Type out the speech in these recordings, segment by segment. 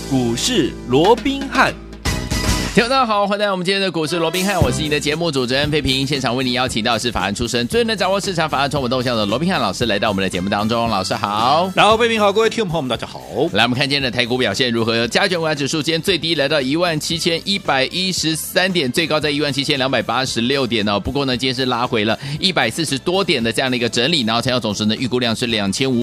股市罗宾汉。 听众大家好，欢迎来到我们今天的股市罗宾汉，我是你的节目主持人费平。现场为你邀请到的是法案出身、最能掌握市场法案传闻动向的罗宾汉老师，来到我们的节目当中。老师好。 然后费平好，各位听众朋友们大家好。 来，我们看今天的台股表现如何？加权股价指数今天最低来到17113点，最高在17286点哦。不过呢，今天是拉回了140多点的这样的一个整理，然后成交总值呢预估量是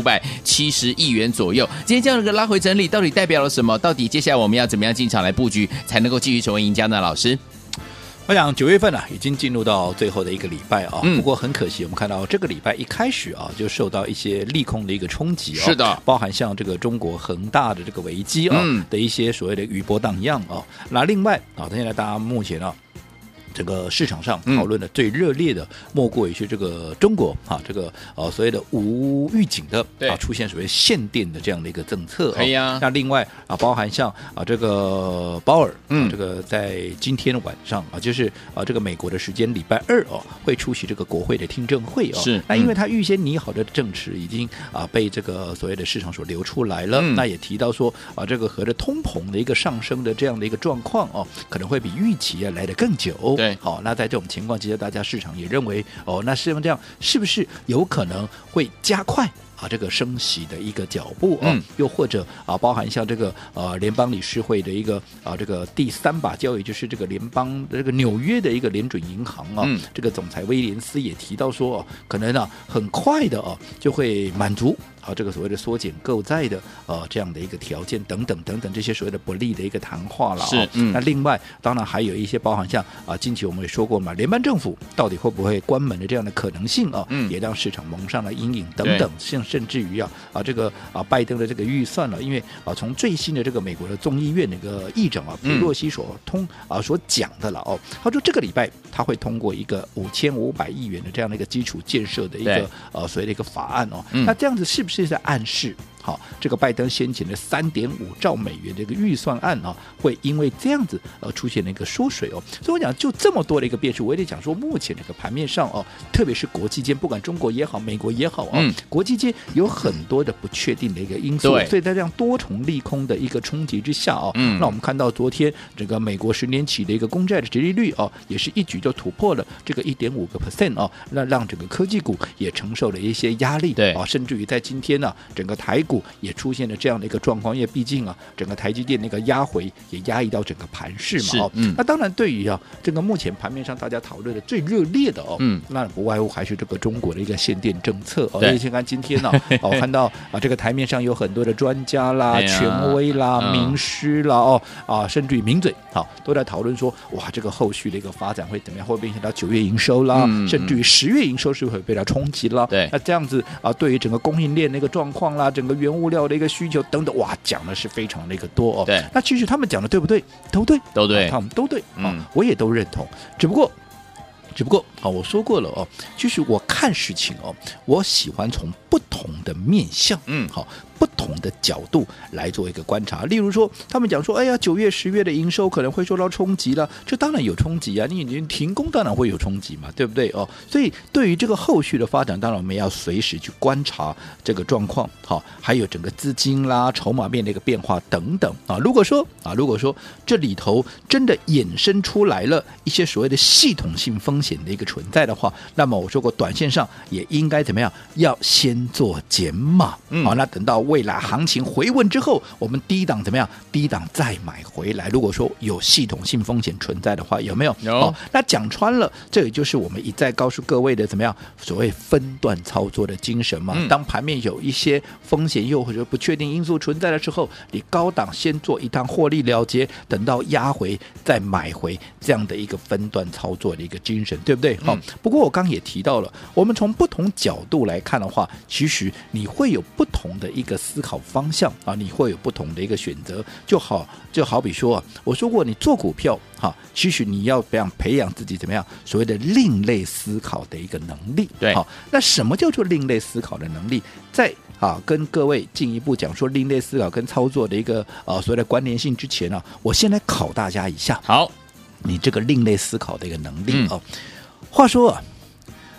2570亿元左右。今天这样的一个拉回整理，到底代表了什么？到底接下来我们要怎么样进场来布局，才能够继续成为赢家呢？老师， 我想9月份已经进入到最后的一个礼拜啊，不过很可惜，我们看到这个礼拜一开始就受到一些利空的一个冲击是的， 包含像这个中国恒大的这个危机的一些所谓的余波荡漾那另外现在大家目前这个市场上讨论的最热烈的，莫过于是这个中国这个所谓的无预警的出现所谓限电的这样的一个政策那另外包含像这个鲍尔这个在今天晚上就是这个美国的时间礼拜2会出席这个国会的听证会是那因为他预先拟好的证词已经被这个所谓的市场所流出来了那也提到说这个和着通膨的一个上升的这样的一个状况可能会比预期来得更久。好，那在这种情况之下，大家市场也认为那是这样，是不是有可能会加快这个升息的一个脚步又或者包含像这个联邦理事会的一个这个第3把交椅，就是这个联邦的这个纽约的一个联准银行这个总裁威廉斯也提到说可能很快的就会满足这个所谓的缩减购债的这样的一个条件等等等等这些所谓的不利的一个谈话了那另外当然还有一些包含像近期我们也说过嘛，联邦政府到底会不会关门的这样的可能性也让市场蒙上了阴影等等，甚至于这个拜登的这个预算了，因为从最新的这个美国的众议院那个议长佩洛西所讲的了他说这个礼拜他会通过一个5500亿元的这样的一个基础建设的一个所谓的一个法案那这样子是不是在暗示这个拜登先前的3.5兆美元的一个预算案会因为这样子出现了一个缩水所以我讲就这么多的一个变数，我也得讲说目前这个盘面上特别是国际间，不管中国也好美国也好国际间有很多的不确定的一个因素，所以在这样多重利空的一个冲击之下那我们看到昨天这个美国10年期的一个公债的殖利率也是一举就突破了这个 1.5% 让整个科技股也承受了一些压力甚至于在今天整个台股也出现了这样的一个状况，因为毕竟整个台积电那个压回也压抑到整个盘势嘛那当然对于这个目前盘面上大家讨论的最热烈的那不外乎还是这个中国的一个限电政策所以看今天看到这个台面上有很多的专家啦、权威啦、名师啦甚至于名嘴都在讨论说哇这个后续的一个发展会怎么样，会不会影响到9月营收啦甚至于10月营收是会被它冲击啦那这样子对于整个供应链的一个状况啦，整个原物料的一个需求等等，哇，讲的是非常的一个多那其实他们讲的对不对？都对，他们都对我也都认同。只不过我说过了其实我看事情我喜欢从不同的面向不同的角度来做一个观察。例如说他们讲说哎呀9月10月的营收可能会受到冲击了，这当然有冲击你停工当然会有冲击嘛，对不对所以对于这个后续的发展，当然我们要随时去观察这个状况还有整个资金啦筹码面的一个变化等等如果说这里头真的衍生出来了一些所谓的系统性风险的一个存在的话，那么我说过短线上也应该怎么样，要先做减码那等到未来行情回稳之后，我们低档怎么样？低档再买回来。如果说有系统性风险存在的话，有没有？ 有。 那讲穿了，这也就是我们一再告诉各位的怎么样？所谓分段操作的精神嘛。当盘面有一些风险又或者不确定因素存在的时候，你高档先做一趟获利了结，等到压回再买回，这样的一个分段操作的一个精神，对不对？不过我刚也提到了，我们从不同角度来看的话，其实你会有不同的一个思考方向你会有不同的一个选择。就好比说我说过你做股票其实你要培养自己怎么样所谓的另类思考的一个能力。 对那什么叫做另类思考的能力？在跟各位进一步讲说另类思考跟操作的一个所谓的关联性之前我先来考大家一下， 好， 你这个另类思考的一个能力话说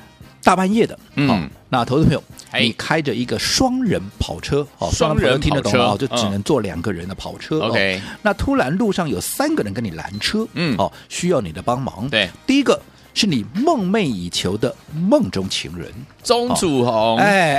大半夜的，那投资朋友， 嘿你开着一个双人跑车，双人听得懂了，就只能坐2个人的跑车。 OK， 那突然路上有3个人跟你拦车，需要你的帮忙。 对， 第一个是你梦寐以求的梦中情人钟楚红，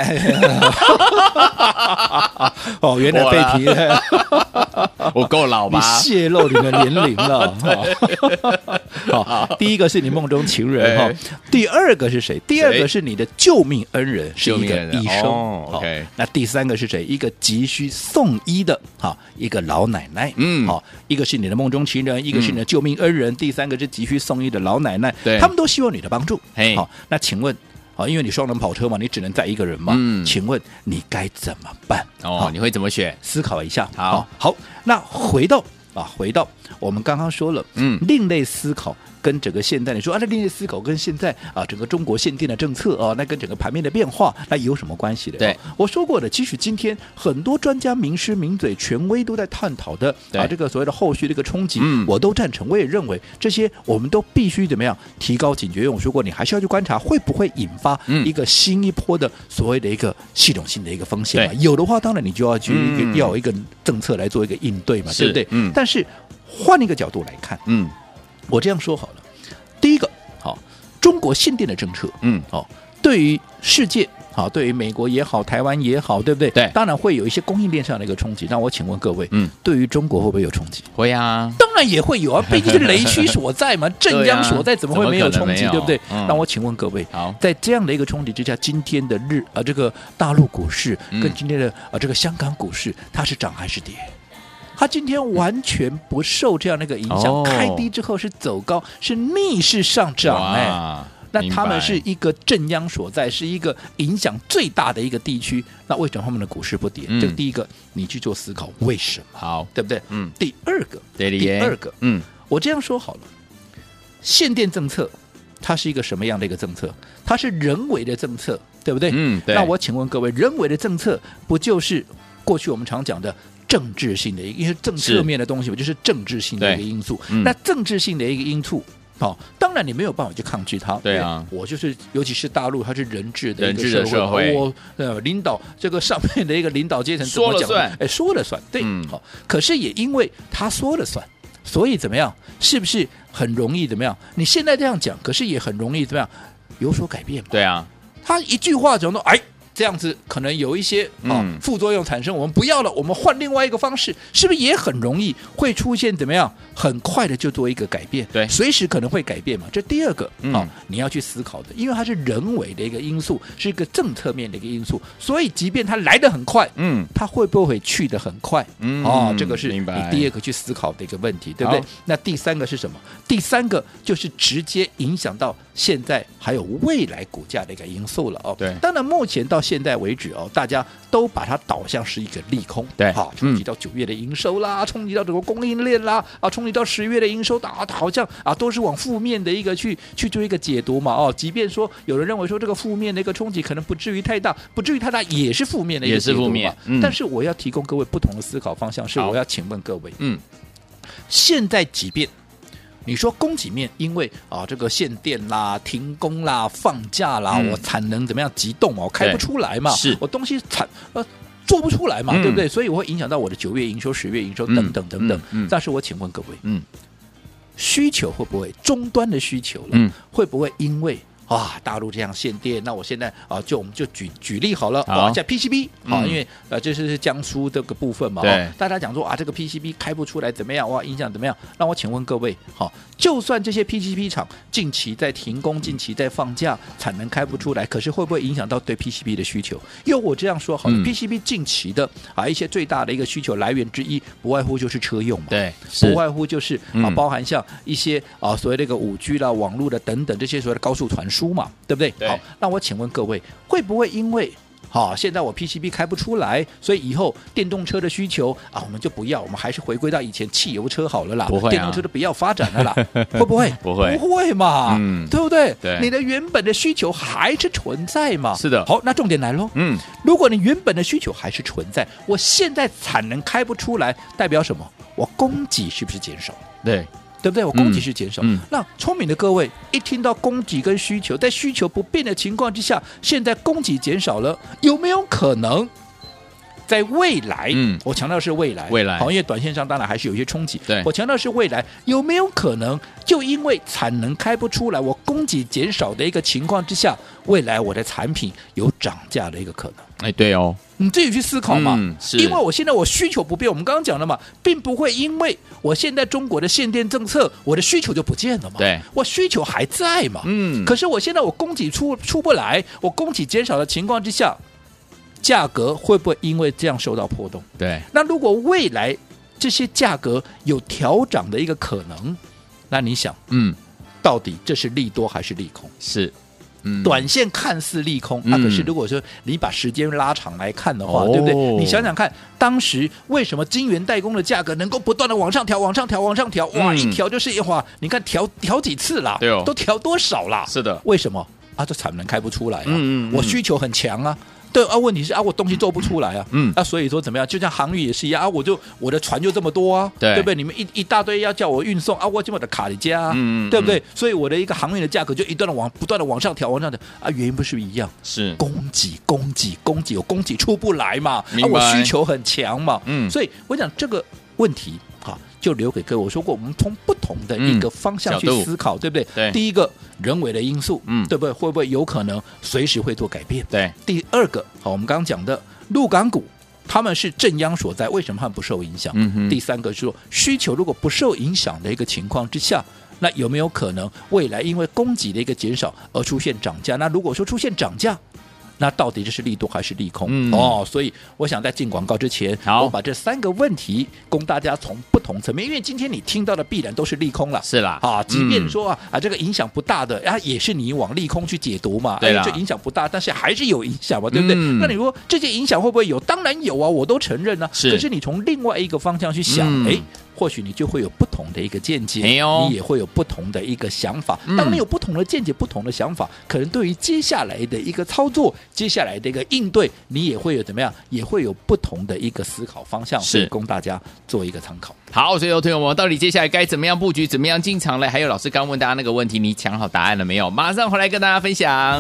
原来被提了， 我够老吧？ 你泄露你的年龄了。好，第一个是你梦中情人，第二个是谁？第二个是你的救命恩人，是一个医生。 OK， 那第三个是谁？一个急需送医的，一个老奶奶。一个是你的梦中情人，一个是你的救命恩人，第三个是急需送医的老奶奶。他们都希望你的帮助。好，那请问，因为你双人跑车嘛，你只能载1个人嘛，请问你该怎么办？ 你会怎么选？ 思考一下。 好， 那回到我们刚刚说了，另类思考跟整个现在你说那另类思考跟现在整个中国限电的政策那跟整个盘面的变化那有什么关系的？ 对， 我说过的，其实今天很多专家、名师、名嘴、权威都在探讨的这个所谓的后续的一个冲击，我都赞成，我也认为这些我们都必须怎么样提高警觉。因为我说过，你还是要去观察会不会引发一个新一波的所谓的一个系统性的一个风险嘛？有的话，当然你就要去要有一个政策来做一个应对嘛，对不对？但是换一个角度来看，我这样说好了，第一个，中国限电的政策，对于世界，对于美国也好，台湾也好，对不对？ 对， 当然会有一些供应链上的一个冲击。那我请问各位，对于中国会不会有冲击？ 会啊， 当然也会有啊，毕竟是雷区所在嘛，震央所在，怎么会没有冲击？对不对？那我请问各位，在这样的一个冲击之下，今天的这个大陆股市跟今天的这个香港股市，它是涨还是跌？它今天完全不受这样的一个影响，开低之后是走高，是逆势上涨那他们是一个震央所在，是一个影响最大的一个地区，那为什么他们的股市不跌？这个第一个你去做思考，为什么？ 好， 对不对？第二个，我这样说好了，限电政策它是一个什么样的一个政策？它是人为的政策，对不对？ 对。 那我请问各位，人为的政策不就是过去我们常讲的政治性的一个，因为政策面的东西就是政治性的一个因素。那政治性的一个因素，当然你没有办法去抗拒它。 对啊， 我就是，尤其是大陆，它是人治的一个社会，我领导这个上面的一个领导阶层说了算， 说了算，对，好。可是也因为他说了算，所以怎么样？是不是很容易怎么样？你现在这样讲，可是也很容易怎么样有所改变嘛？ 对啊， 他一句话讲到，这样子可能有一些副作用产生，我们不要了，我们换另外一个方式，是不是也很容易会出现怎么样？很快的就做一个改变， 对， 随时可能会改变嘛。这第二个你要去思考的，因为它是人为的一个因素，是一个政策面的一个因素，所以即便它来得很快，它会不会去得很快？这个是你第二个去思考的一个问题，对不对？那第三个是什么？第三个就是直接影响到现在还有未来股价的一个因素了对， 当然目前到现在为止大家都把它导向是一个利空， 对， 冲击到9月的营收啦，冲击到整个供应链啦，冲击到10月的营收好像都是往负面的一个去做一个解读嘛，即便说有人认为说这个负面的一个冲击可能不至于太大，也是负面的一个解读嘛，也是负面。但是我要提供各位不同的思考方向，是我要请问各位，现在即便你说供给面，因为这个限电啦、停工啦、放假啦，我产能怎么样急冻嘛，我开不出来嘛，我东西做不出来嘛，对不对？所以我会影响到我的9月营收、10月营收等等等等。但是我请问各位，需求会不会终端的需求了？会不会因为大陆这样限电，那我现在我们就举例好了，像 PCB 因为这是江苏这个部分嘛，大家讲说这个 PCB 开不出来怎么样，影响怎么样？那我请问各位，就算这些 PCB 厂近期在停工，近期在放假，产能开不出来，可是会不会影响到对 PCB 的需求？因为我这样说好了，PCB 近期的一些最大的一个需求来源之一，不外乎就是车用嘛， 对， 不外乎就是包含像一些所谓的一个5G 啦、网络的等等这些所谓的高速传输嘛，对不对？好，那我请问各位，会不会因为现在我 PCB 开不出来，所以以后电动车的需求我们就不要，我们还是回归到以前汽油车好了啦， 不会电动车都不要发展了啦，会不会？ 不会嘛，对不对？ 对， 你的原本的需求还是存在嘛？ 是的。 好，那重点来咯，如果你原本的需求还是存在，我现在产能开不出来，代表什么？我供给是不是减少？ 对对不对？我供给是减少。那聪明的各位一听到供给跟需求，在需求不变的情况之下，现在供给减少了，有没有可能在未来，我强调是未来，行业短线上当然还是有一些冲击。 对， 我强调是未来，有没有可能就因为产能开不出来，我供给减少的一个情况之下，未来我的产品有涨价的一个可能？ 哎，对哦， 你自己去思考嘛。 是因为我现在我需求不变，我们刚刚讲了嘛，并不会因为我现在中国的限电政策，我的需求就不见了嘛。 对， 我需求还在嘛。可是我现在我供给出不来，我供给减少的情况之下，价格会不会因为这样受到波动？ 对， 那如果未来这些价格有调涨的一个可能，那你想，到底这是利多还是利空？ 是， 短线看似利空，可是如果说你把时间拉长来看的话，对不对？你想想看，当时为什么晶圆代工的价格能够不断的往上调，哇，一调就是哇，你看调几次啦， 对哦， 都调多少啦？ 是的， 为什么啊？这产能开不出来啊，我需求很强啊。对啊，问题是啊，我东西做不出来啊，所以说怎么样？就像航运也是一样啊，我的船就这么多啊，对不对？你们一大堆要叫我运送啊，我这么的卡里加啊，对不对？所以我的一个航运的价格就不断的往上调啊，原因不是一样？是供给，我供给出不来嘛，我需求很强嘛，所以我讲这个问题就留给各位。我说过，我们从不同的一个方向去思考，对不对？ 对， 第一个人为的因素，对不对？会不会有可能随时会做改变？ 对。 第二个，我们刚刚讲的陆港股，他们是正央所在，为什么他们不受影响？第三个是说，需求如果不受影响的一个情况之下，那有没有可能未来因为供给的一个减少而出现涨价？那如果说出现涨价，那到底这是利多还是利空？所以我想在进广告之前，我把这3个问题供大家从不同层面，因为今天你听到的必然都是利空了， 是啦， 即便说这个影响不大的，也是你往利空去解读嘛， 对啦， 这影响不大，但是还是有影响嘛，对不对？那你说这些影响会不会有？当然有啊，我都承认啊。可是你从另外一个方向去想，或许你就会有不同的一个见解，你也会有不同的一个想法。当你有不同的见解、不同的想法，可能对于接下来的一个操作、接下来的一个应对，你也会有怎么样？也会有不同的一个思考方向，是供大家做一个参考。 好，所以有朋友们，到底接下来该怎么样布局、怎么样进场呢？还有老师刚问大家那个问题，你抢好答案了没有？马上回来跟大家分享。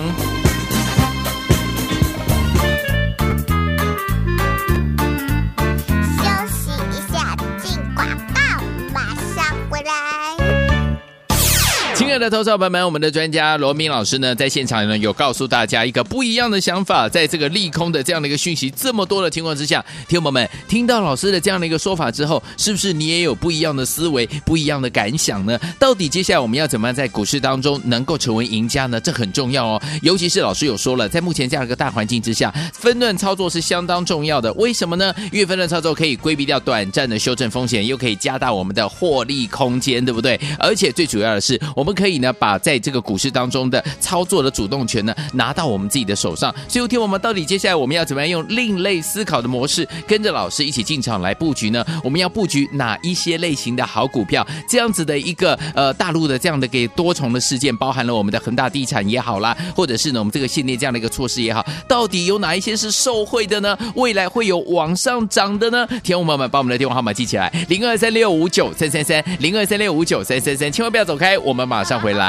亲爱的投资者朋友们，我们的专家罗明老师呢，在现场呢有告诉大家一个不一样的想法。在这个利空的这样的一个讯息这么多的情况之下，听众朋友们听到老师的这样的一个说法之后，是不是你也有不一样的思维、不一样的感想呢？到底接下来我们要怎么样在股市当中能够成为赢家呢？这很重要哦。尤其是老师有说了，在目前这样一个大环境之下，分段操作是相当重要的。为什么呢？因为分段操作可以规避掉短暂的修正风险，又可以加大我们的获利空间，对不对？而且最主要的是，我们可以呢把在这个股市当中的操作的主动权呢拿到我们自己的手上。所以听我们到底接下来我们要怎么样用另类思考的模式，跟着老师一起进场来布局呢？我们要布局哪一些类型的好股票？这样子的一个大陆的这样的给多重的事件，包含了我们的恒大地产也好啦，或者是呢我们这个限电这样的一个措施也好，到底有哪一些是受惠的呢？未来会有往上涨的呢？听众朋友们把我们的电话号码记起来，0236593333 0236593333，千万不要走开，我们马上回来。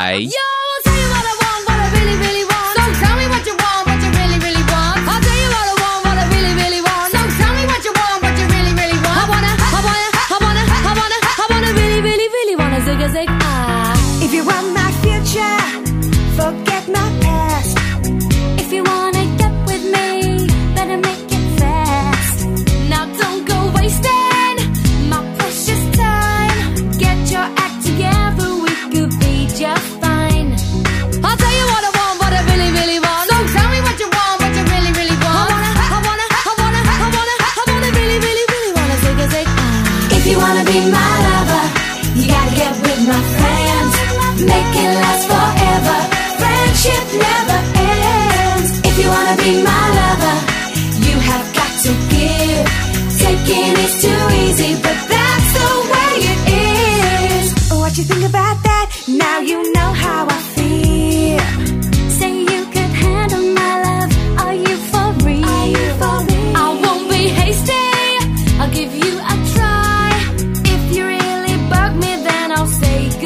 If you want my future, forget my past. If you wanna get with me, better make it fast. Now don't go wasting my precious time. Get your act together, we could be just fine. I'll tell you what I want, what I really, really want. So tell me what you want, what you really, really want. I wanna really, really, really wanna zig. If you wanna be my lover, you gotta get with my friends. Make it last forever. Friendship never ends. If you wanna be my lover, you have got to give. Taking is too easy, but that's the way it is. What you think about that? Now you know how I feel. Say you could handle my love. Are you for real? Are you for real? I won't be hasty. I'll give you a try. If you really bug me, then I'll say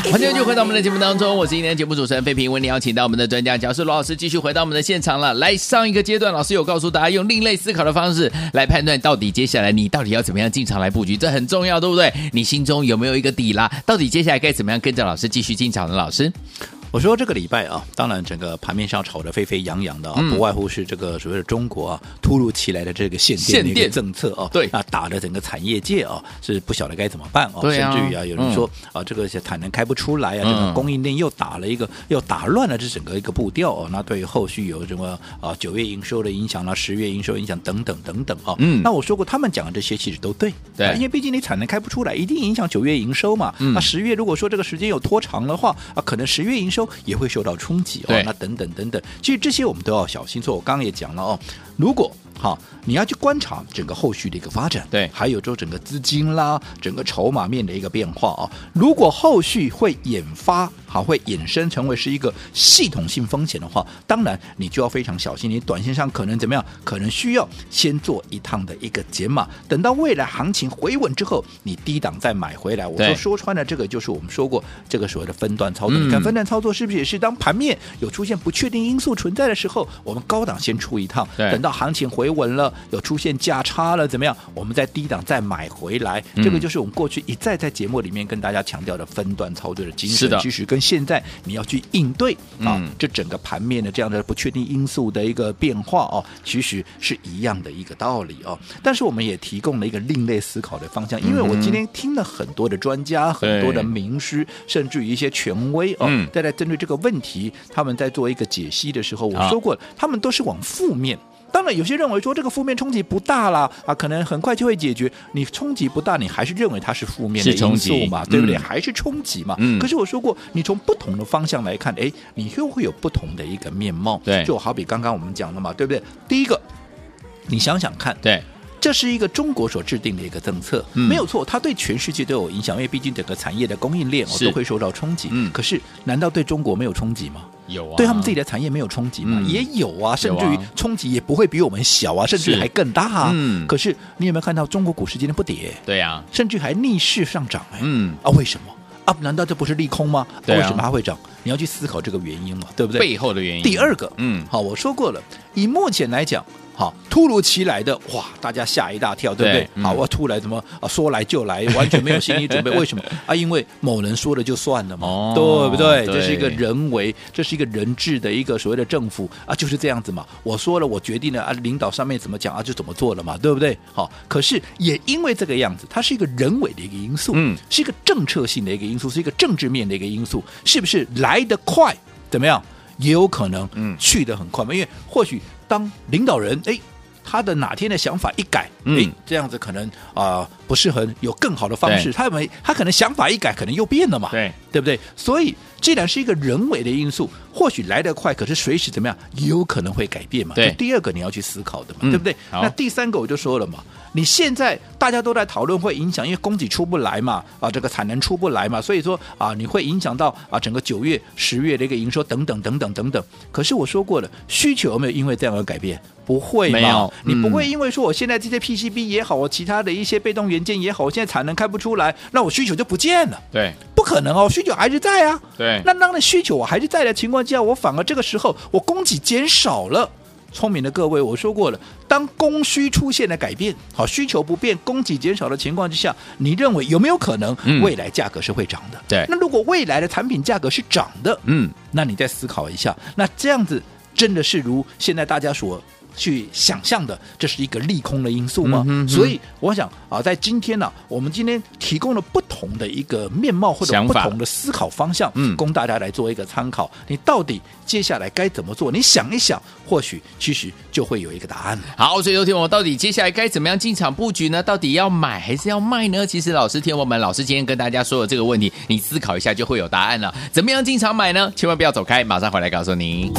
欢迎继续回到我们的节目当中，我是今天的节目主持人费平，为您邀请到我们的专家讲师罗老师继续回到我们的现场了。来，上一个阶段老师有告诉大家用另类思考的方式来判断到底接下来你到底要怎么样进场来布局，这很重要，对不对？你心中有没有一个底啦？到底接下来该怎么样跟着老师继续进场呢？老师， 我说这个礼拜啊，当然整个盘面上炒得沸沸扬扬的啊，不外乎是这个所谓的中国啊突如其来的这个限电的一个政策啊， 对， 那打的整个产业界啊是不晓得该怎么办啊， 对啊， 甚至于啊有人说啊这个产能开不出来啊，这个供应链又打乱了这整个一个步调啊，那对于后续有什么啊9月营收的影响啦，10月营收影响等等等等啊，那我说过他们讲的这些其实都对， 对， 因为毕竟你产能开不出来，一定影响9月营收嘛，那10月如果说这个时间有拖长的话啊，可能10月营收也会受到冲击哦，那等等等等，其实这些我们都要小心。所以我刚刚也讲了哦，如果好，你要去观察整个后续的一个发展， 对， 还有就整个资金啦，整个筹码面的一个变化啊。如果后续会会衍生成为是一个系统性风险的话，当然你就要非常小心。你短线上可能怎么样？可能需要先做一趟的一个减码，等到未来行情回稳之后，你低档再买回来。我说穿了，这个就是我们说过这个所谓的分段操作。你看分段操作是不是也是当盘面有出现不确定因素存在的时候，我们高档先出一趟，等到行情回稳了，有出现价差了，怎么样？我们在低档再买回来，这个就是我们过去一再在节目里面跟大家强调的分段操作的精神。其实跟现在你要去应对这整个盘面的这样的不确定因素的一个变化哦，其实是一样的一个道理哦。但是我们也提供了一个另类思考的方向，因为我今天听了很多的专家、很多的名师，甚至于一些权威哦，在针对这个问题，他们在做一个解析的时候，我说过了，他们都是往负面。当然有些认为说这个负面冲击不大啦啊，可能很快就会解决。你冲击不大，你还是认为它是负面的因素嘛，对不对？还是冲击嘛。可是我说过，你从不同的方向来看，你又会有不同的一个面貌。 对， 就好比刚刚我们讲的嘛，对不对？第一个，你想想看， 对。 这是一个中国所制定的一个政策，没有错，它对全世界都有影响，因为毕竟整个产业的供应链都会受到冲击。可是难道对中国没有冲击吗？ 有啊， 对他们自己的产业没有冲击吗？也有啊，甚至于冲击也不会比我们小啊，甚至还更大啊。可是你有没有看到中国股市今天不跌？ 对啊， 甚至还逆势上涨为什么啊？难道这不是利空吗？为什么它会涨？你要去思考这个原因嘛，对不对？ 背后的原因。 第二个，好，我说过了，以目前来讲。好，突如其来的哇，大家吓一大跳，对不对？好，我突然怎么说来就来，完全没有心理准备，为什么啊？因为某人说了就算了嘛，对不对？这是一个人为，这是一个人治的一个所谓的政府啊，就是这样子嘛。我说了，我决定了啊，领导上面怎么讲啊，就怎么做了嘛，对不对？好，可是也因为这个样子，它是一个人为的一个因素，是一个政策性的一个因素，是一个政治面的一个因素，是不是来得快？怎么样？也有可能去得很快嘛，因为或许当领导人他的哪天的想法一改，这样子可能不是很有更好的方式，他可能想法一改，可能又变了嘛，对不对？所以既然是一个人为的因素，或许来得快，可是随时怎么样，也有可能会改变嘛。这第二个你要去思考的嘛，对不对？那第三个我就说了嘛，你现在大家都在讨论会影响，因为供给出不来嘛，这个产能出不来嘛，所以说你会影响到整个9月、10月的一个营收等等等等等等。可是我说过了，需求有没有因为这样而改变？不会嘛，你不会因为说我现在这些 PCB 也好，我其他的一些被动元件也好，我现在产能开不出来，那我需求就不见了。 对， 不可能哦，需求还是在啊。 对， 那当然需求我还是在的情况下，我反而这个时候我供给减少了。聪明的各位，我说过了，当供需出现了改变，好，需求不变，供给减少的情况之下，你认为有没有可能未来价格是会涨的？ 对， 那如果未来的产品价格是涨的，那你再思考一下，那这样子真的是如现在大家所去想象的，这是一个利空的因素吗？所以我想在今天呢，我们今天提供了不同的一个面貌或者不同的思考方向，供大家来做一个参考。你到底接下来该怎么做？你想一想，或许其实就会有一个答案了。 好，所以有听我到底接下来该怎么样进场布局呢？到底要买还是要卖呢？其实老师听我们老师今天跟大家说的这个问题，你思考一下就会有答案了。怎么样进场买呢？千万不要走开，马上回来告诉你。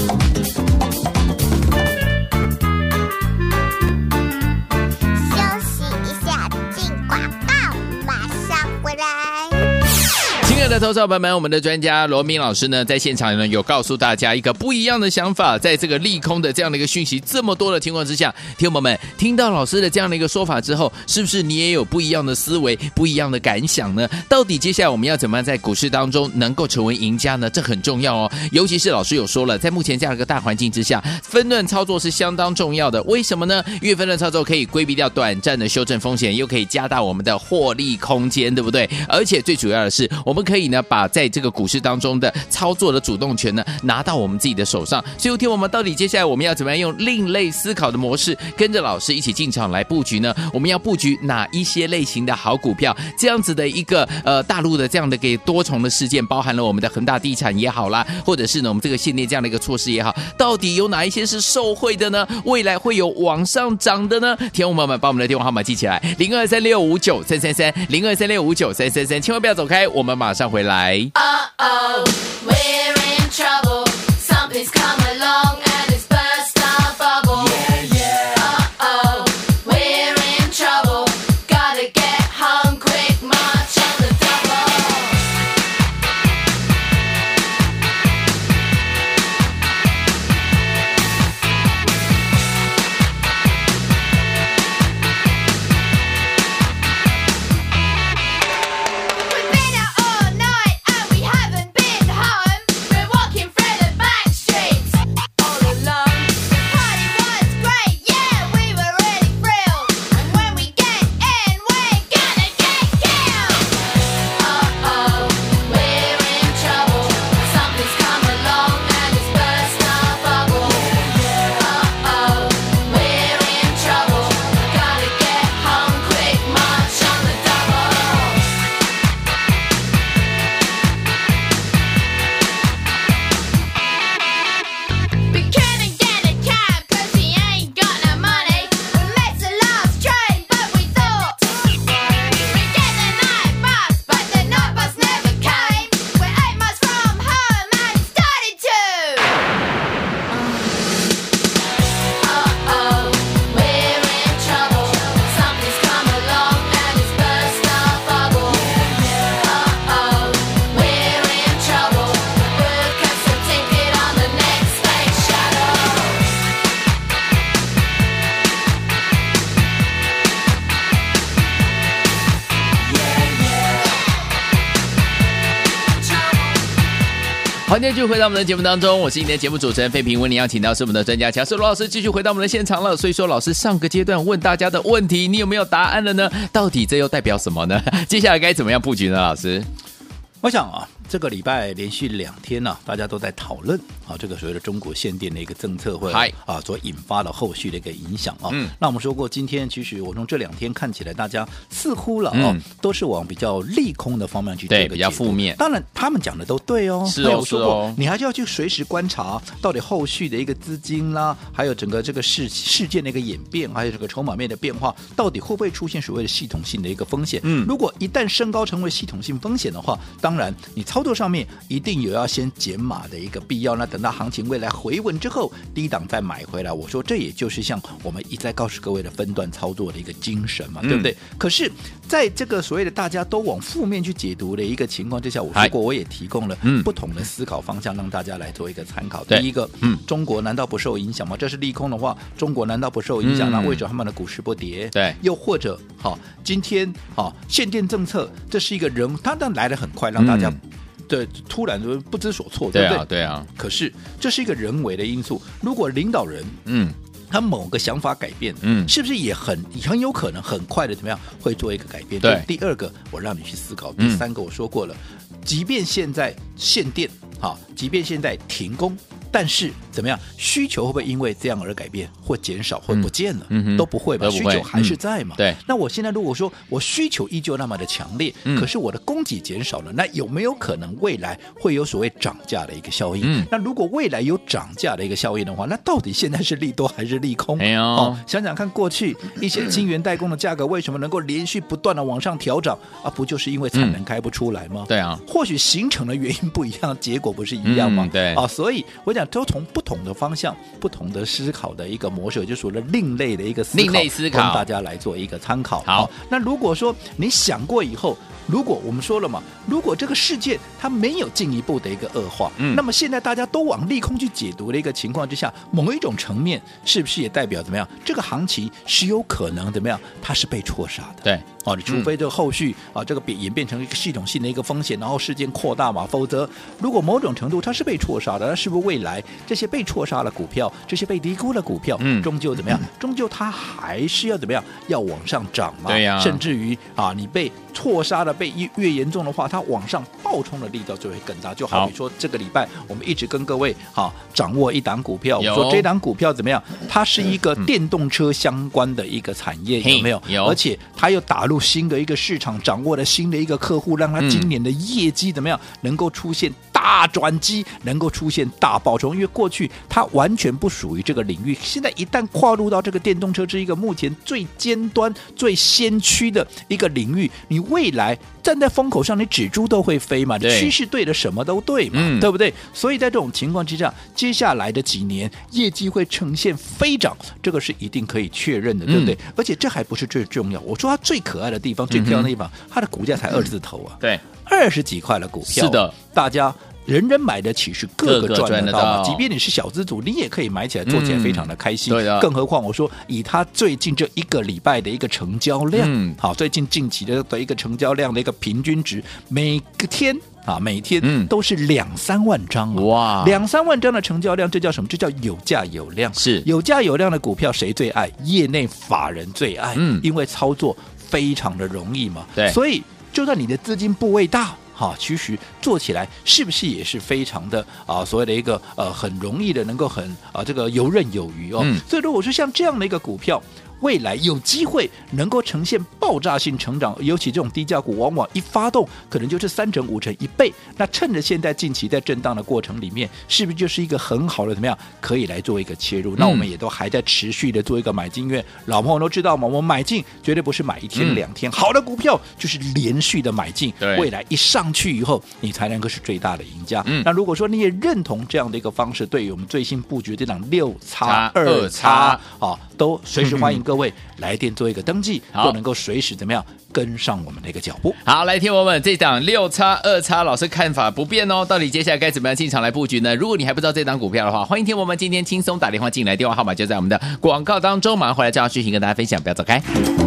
亲爱的投资者朋友们，我们的专家罗明老师呢，在现场呢有告诉大家一个不一样的想法，在这个利空的这样的一个讯息这么多的情况之下，听众朋友们听到老师的这样的一个说法之后，是不是你也有不一样的思维、不一样的感想呢？到底接下来我们要怎么样在股市当中能够成为赢家呢？这很重要哦，尤其是老师有说了，在目前这样的一个大环境之下，分段操作是相当重要的。为什么呢？因为分段操作可以规避掉短暂的修正风险，又可以加大我们的获利空间，对不对？而且最主要的是，我们可以呢把在这个股市当中的操作的主动权呢拿到我们自己的手上。所以听我们到底接下来我们要怎么样用另类思考的模式，跟着老师一起进场来布局呢？我们要布局哪一些类型的好股票？这样子的一个大陆的这样的给多重的事件，包含了我们的恒大地产也好啦，或者是呢我们这个限电这样的一个措施也好，到底有哪一些是受惠的呢？未来会有往上涨的呢？听众朋友们把我们的电话号码记起来，0236593333，0236593333，千万不要走开，我们马上回来。 Uh-oh, we're in trouble. Something's come along and it's burst our bubble. Uh-oh, we're in trouble. Gotta get home quick, march on the double. We've been out all night and we haven't been home. We're walking through the back streets all alone. The party was great, yeah, we were really thrilled. And when we get in, we're gonna get killed. Uh-oh, we're in trouble. Something's come along and it's burst our bubble. Uh-oh, we're in trouble. Gotta get home quick, march on the double. We couldn't get a cab 'cause we ain't got no money. We missed the last train, but we thought we'd get the night bus, but the night bus never came. We're 8 miles from home and it started to. Uh-oh, we're in trouble. Something's come along and it's burst our bubble. Uh-oh, we're in trouble. Book us a ticket on the next space shuttle. 欢迎继续回到我们的节目当中，我是今天的节目主持人费平。为您邀请到是我们的专家强势罗老师，继续回到我们的现场了。所以说，老师上个阶段问大家的问题，你有没有答案了呢？到底这又代表什么呢？接下来该怎么样布局呢？老师， 我想啊，这个礼拜连续2天呢、大家都在讨论这个所谓的中国限电的一个政策会所引发的后续的一个影响啊。那我们说过，今天其实我从这2天看起来，大家似乎了都是往比较利空的方面去做一个对，比较负面。 当然，他们讲的都对哦， 是哦， 是哦，你还是要去随时观察到底后续的一个资金啦，还有整个这个事件的一个演变，还有这个筹码面的变化，到底会不会出现所谓的系统性的一个风险？如果一旦升高成为系统性风险的话，当然你操作上面一定有要先减码的一个必要。那等到行情未来回稳之后，低档再买回来。我说这也就是像我们一再告诉各位的分段操作的一个精神嘛，对不对？可是在这个所谓的大家都往负面去解读的一个情况之下，我说过我也提供了不同的思考方向让大家来做一个参考。第一个，中国难道不受影响吗？这是利空的话，中国难道不受影响？那为什么他们的股市不跌？ 对， 又或者今天限电政策，这是一个人，它当然来得很快，让大家对突然就不知所措，对不对？ 对啊。 可是这是一个人为的因素，如果领导人他某个想法改变，是不是也很有可能很快的怎么样会做一个改变？ 对。 第二个，我让你去思考。第三个，我说过了，即便现在限电，即便现在停工，但是怎么样，需求会不会因为这样而改变或减少或不见了？都不会吧，需求还是在嘛。 对。 那我现在如果说我需求依旧那么的强烈，可是我的供给减少了，那有没有可能未来会有所谓涨价的一个效应？那如果未来有涨价的一个效应的话，那到底现在是利多还是利空？想想看，过去一些晶圆代工的价格为什么能够连续不断的往上调涨啊？不就是因为产能开不出来吗？ 对啊。 或许形成的原因不一样，结果不是一样吗？ 对。 所以我讲都从不同的方向、不同的思考的一个模式，就属于另类的一个思考，供大家来做一个参考。 好， 那如果说你想过以后， 如果我们说了嘛，如果这个事件它没有进一步的一个恶化，那么现在大家都往利空去解读的一个情况之下，某一种层面是不是也代表怎么样？这个行情是有可能怎么样？它是被错杀的。 对。 你除非这个后续这个演变成一个系统性的一个风险，然后事件扩大嘛，否则如果某种程度它是被错杀的，那是不是未来这些被错杀的股票，这些被低估的股票，终究怎么样？终究它还是要怎么样？要往上涨嘛。 对呀。 甚至于你被错杀的被越严重的话，它往上爆冲的力道就会更大。就好比说这个礼拜我们一直跟各位掌握一档股票，我说这档股票怎么样？它是一个电动车相关的一个产业，有没有？ 有。 而且它又打入新的一个市场，掌握了新的一个客户，让它今年的业绩怎么样？能够出现大转机，能够出现大爆冲。因为过去它完全不属于这个领域，现在一旦跨入到这个电动车是一个目前最尖端、最先驱的一个领域，你未来站在风口上，你指猪都会飞嘛，趋势对的什么都对嘛，对不对？所以在这种情况之下，接下来的几年业绩会呈现飞涨，这个是一定可以确认的，对不对？而且这还不是最重要，我说它最可爱的地方、最漂亮的地方，它的股价才2字头啊， 对 ，20几块的股票， 是的， 大家人人买得起，是个个赚得到嘛。即便你是小资主，你也可以买起来，做起来非常的开心。 对的。 更何况我说，以他最近这一个礼拜的一个成交量，好，最近近期的一个成交量的一个平均值，每天都是2-3万张哇 ，2-3万张的成交量，这叫什么？这叫有价有量。 是有价有量的股票，谁最爱？业内法人最爱，因为操作非常的容易嘛。 对， 所以就算你的资金部位大。其实做起来是不是也是非常的所谓的一个很容易的，能够很这个游刃有余哦。所以如果是像这样的一个股票，未来有机会能够呈现爆炸性成长，尤其这种低价股往往一发动可能就是3成5成1倍，那趁着现在近期在震荡的过程里面，是不是就是一个很好的怎么样可以来做一个切入？那我们也都还在持续的做一个买进，因为老朋友都知道嘛，我们买进绝对不是买1天2天，好的股票就是连续的买进，未来一上去以后你才能够是最大的赢家。那如果说你也认同这样的一个方式，对于我们最新布局这档6X2X都随时欢迎各位来电做一个登记，都能够随时怎么样跟上我们的一个脚步。 好，来听我们这档6X2X，老师看法不变哦。到底接下来该怎么样进场来布局呢？如果你还不知道这档股票的话，欢迎听我们今天轻松打电话进来，电话号码就在我们的广告当中，马上回来这样讯息跟大家分享，不要走开。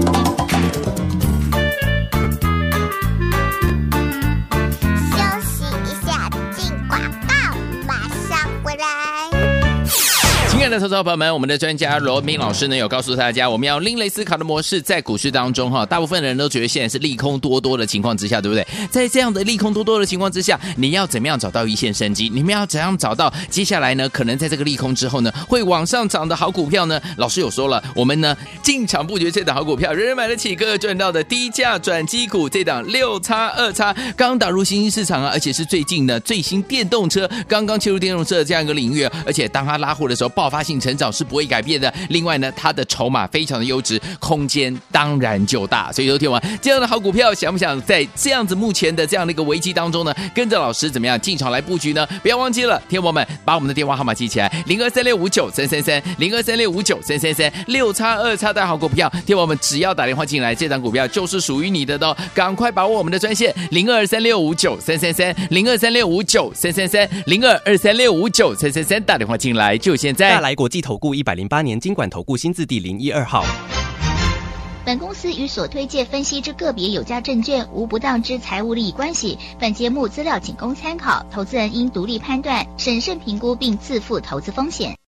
亲爱的投资者朋友们，我们的专家罗明老师呢有告诉大家，我们要另类思考的模式，在股市当中大部分人都觉得现在是利空多多的情况之下，对不对？在这样的利空多多的情况之下，你要怎么样找到一线生机？你们要怎样找到接下来呢可能在这个利空之后呢会往上涨的好股票呢？老师有说了，我们呢进场布局这档好股票，人人买得起，个个赚到的低价转机股，这档6X2X刚打入新兴市场而且是最近呢最新电动车刚刚切入电动车的这样一个领域，而且当它拉货的时候爆发性成长是不会改变的。另外呢，它的筹码非常的优质，空间当然就大。所以昨天晚这样的好股票，想不想在这样子目前的这样的一个危机当中呢，跟着老师怎么样进场来布局呢？不要忘记了，听友们把我们的电话号码记起来，0236593333，0236593336X2X的好股票，听友们只要打电话进来，这档股票就是属于你的哦。赶快把握我们的专线0236593333，0236593333，0223659333，打电话进来就现在。 大来国际投顾108年金管投顾新字第012号。 本公司与所推介分析之个别有价证券无不当之财务利益关系。本节目资料仅供参考，投资人应独立判断、审慎评估并自负投资风险。